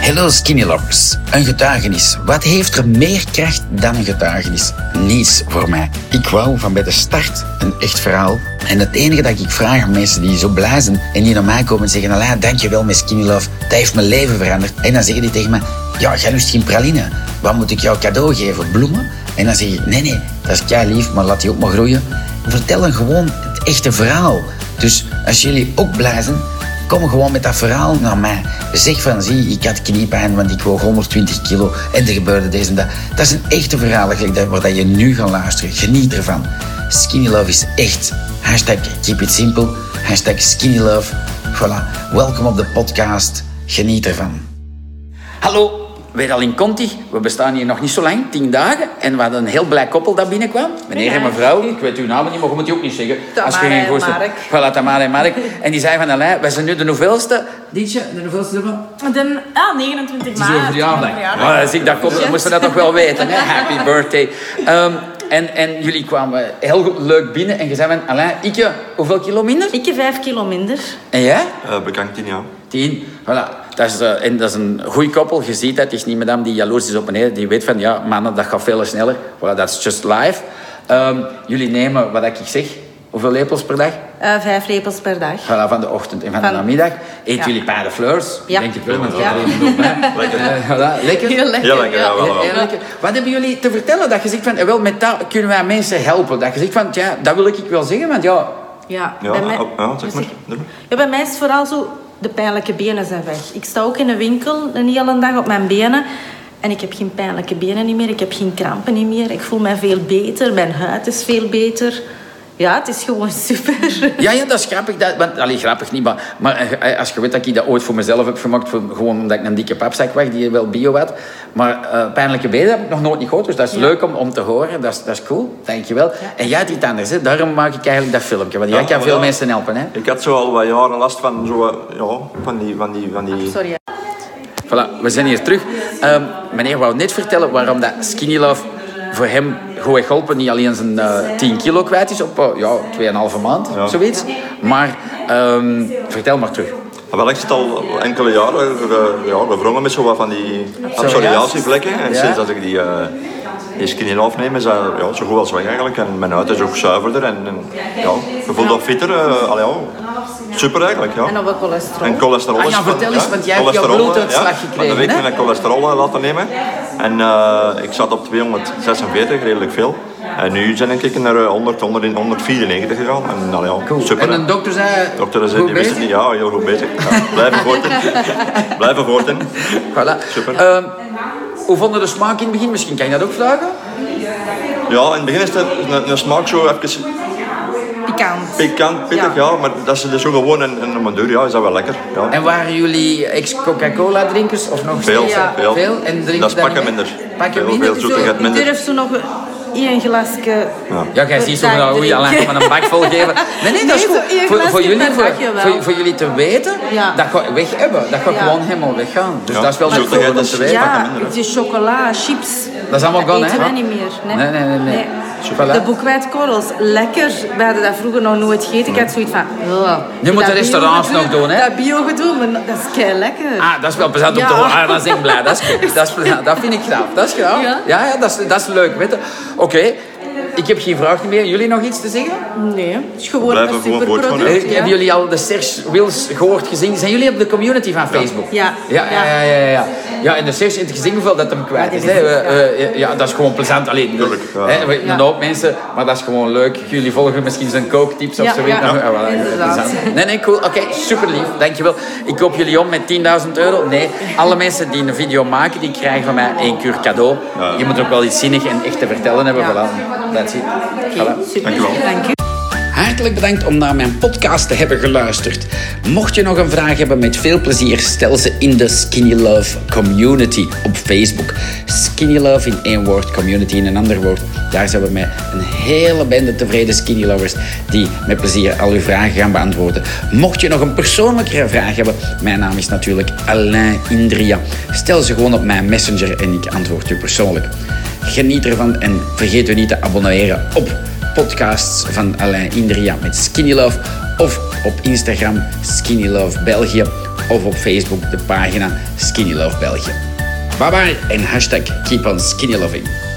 Hello Skinny Lovers. Een getuigenis. Wat heeft er meer kracht dan een getuigenis? Niets voor mij. Ik wou van bij de start een echt verhaal. En het enige dat ik vraag aan mensen die zo blij zijn en die naar mij komen en zeggen: Alain, dankjewel met Skinny Love. Dat heeft mijn leven veranderd. En dan zeggen die tegen mij: ja, jij lust geen praline. Wat moet ik jou cadeau geven? Bloemen? En dan zeg ik: nee, dat is kei lief, maar laat die ook maar groeien. Vertel dan gewoon het echte verhaal. Dus als jullie ook blij zijn, kom gewoon met dat verhaal naar mij. Zeg van, zie, ik had kniepijn, want ik woog 120 kilo en er gebeurde deze en dat. Dat is een echte verhaal waar je nu gaat luisteren. Geniet ervan. Skinny Love is echt. #keep it simple. #Skinny Love. Voilà. Welkom op de podcast. Geniet ervan. Hallo. Weer al in Conti. We bestaan hier nog niet zo lang, 10 dagen. En we hadden een heel blij koppel dat binnenkwam. Meneer en mevrouw. Ik weet uw namen niet, maar je moet die ook niet zeggen. Tamara en Mark. Voilà, Tamara en Mark. En die zei van, Alain, wij zijn nu de hoeveelste... Dietje, de hoeveelste nummer? 29 maart. Het is uw verjaardag. Ja, dus ik moesten dat toch wel weten. Hè? Happy birthday. En jullie kwamen heel leuk binnen en je zei van, Alain, hoeveel kilo minder? Ik 5 kilo minder. En jij? Bekend 10 jaar. 10, voilà. En dat is een goeie koppel. Je ziet dat. Het is niet madame die jaloers is op meneer. Die weet van, ja, mannen, dat gaat veel sneller. Voilà, that's just life. Jullie nemen, wat ik zeg, hoeveel lepels per dag? 5 lepels per dag. Voilà, van de ochtend en van de namiddag. Eet jullie pas de fleurs? Ja. Denk ik wel, want ja. Lekker. Voilà, lekker? Heel lekker. Heel lekker, ja, wel. Heel lekker. Wat hebben jullie te vertellen? Dat je zegt van, wel, met dat kunnen wij mensen helpen. Dat je zegt van, ja, dat wil ik wel zeggen, want ja... Ja, zeg maar. Ja, bij mij is het vooral zo... De pijnlijke benen zijn weg. Ik sta ook in een winkel een hele dag op mijn benen. En ik heb geen pijnlijke benen niet meer. Ik heb geen krampen niet meer. Ik voel mij veel beter. Mijn huid is veel beter. Ja, het is gewoon super. Ja, dat is grappig. Grappig niet, maar als je weet dat ik dat ooit voor mezelf heb gemaakt, gewoon omdat ik een dikke papzak was, die wel bio had. Maar pijnlijke benen heb ik nog nooit niet gehoord, dus dat is leuk om te horen. Dat is cool, dankjewel. Ja. En jij had iets anders, hè? Daarom maak ik eigenlijk dat filmpje, want jij kan veel mensen helpen. Hè? Ik had zo al wat jaren last van van die... Sorry. Voilà, we zijn hier terug. Meneer wou net vertellen waarom dat Skinny Love voor hem goed heeft geholpen. Niet alleen zijn 10 kilo kwijt is op 2,5 maand, zoiets. Maar vertel maar terug. Wel, ik zit al enkele jaren bevrongen met zo wat van die psoriasisvlekken. En sinds dat ik die Skinny Love neem, is dat zo goed als weg eigenlijk. En mijn huid is ook zuiverder en je voelt ook fitter. Super eigenlijk, ja. En ook cholesterol. En cholesterol is... vertel eens, want jij hebt jouw bloeduitslag gekregen, van de week heb ik cholesterol laten nemen. En ik zat op 246, redelijk veel. En nu ben ik naar 194 gegaan. En, cool. Super. En de dokter zei... Die wist het niet, ja, heel goed bezig. Ja, blijven voorten. Voilà. Super. Hoe vonden de smaak in het begin? Misschien kan je dat ook vragen? Ja, in het begin is het een smaak zo even... Pikant, pittig, ja. Maar dat is dus zo gewoon en om een deur, is dat wel lekker. Ja. En waren jullie ex-Coca-Cola drinkers of nog veel? Veel? En dat is pakken minder. Minder? Veel zoetigheid minder. Ik durf zo nog 1 glasje... Ja, jij ziet zo van, oei, Alain, maar een bak vol geven. Nee, dat is goed. Voor jullie te weten, dat gaat weg hebben. Dat gaat gewoon helemaal weggaan. Dus dat is wel zo goed om te weten. Ja, die chocola, chips. Dat is allemaal gone, hè? Dat eten wij niet meer. Nee. De boekwijdkorrels, lekker. We hadden dat vroeger nog nooit gegeten. Ik had zoiets van... Je moet de restaurants nog doen, hè? Dat bio-gedoe, maar dat is kei lekker. Dat is wel plezant om te horen. Dan ben ik blij. Dat is goed. Dat vind ik graag. Dat is graag. Ja, dat is leuk. Weet je. Oké. Ik heb geen vraag meer. Jullie nog iets te zeggen? Nee, het is gewoon een superproduct. Hebben jullie al de Serge Wills gehoord, gezien? Zijn jullie op de community van Facebook? Ja. Ja, en de Serge heeft gezien hoeveel dat hem kwijt is. Ja, dat is gewoon plezant. Alleen, een hoop mensen, maar dat is gewoon leuk. Jullie volgen misschien zijn kooktips of zoiets. Nee, cool. Oké, super lief. Dankjewel. Ik koop jullie om met €10.000. Nee, alle mensen die een video maken, die krijgen van mij 1 keer cadeau. Je moet ook wel iets zinnig en echt te vertellen hebben. Voilà. Super. Dankjewel. Dank u. Hartelijk bedankt om naar mijn podcast te hebben geluisterd. Mocht je nog een vraag hebben, met veel plezier stel ze in de Skinny Love Community op Facebook. Skinny Love in 1 woord, community in een ander woord. Daar zijn we met een hele bende tevreden Skinny Lovers die met plezier al uw vragen gaan beantwoorden. Mocht je nog een persoonlijkere vraag hebben, mijn naam is natuurlijk Alain Indria. Stel ze gewoon op mijn messenger en ik antwoord u persoonlijk. Geniet ervan en vergeet u niet te abonneren op podcasts van Alain Indria met Skinny Love of op Instagram Skinny Love België of op Facebook de pagina Skinny Love België. Bye bye en hashtag keep on skinny loving.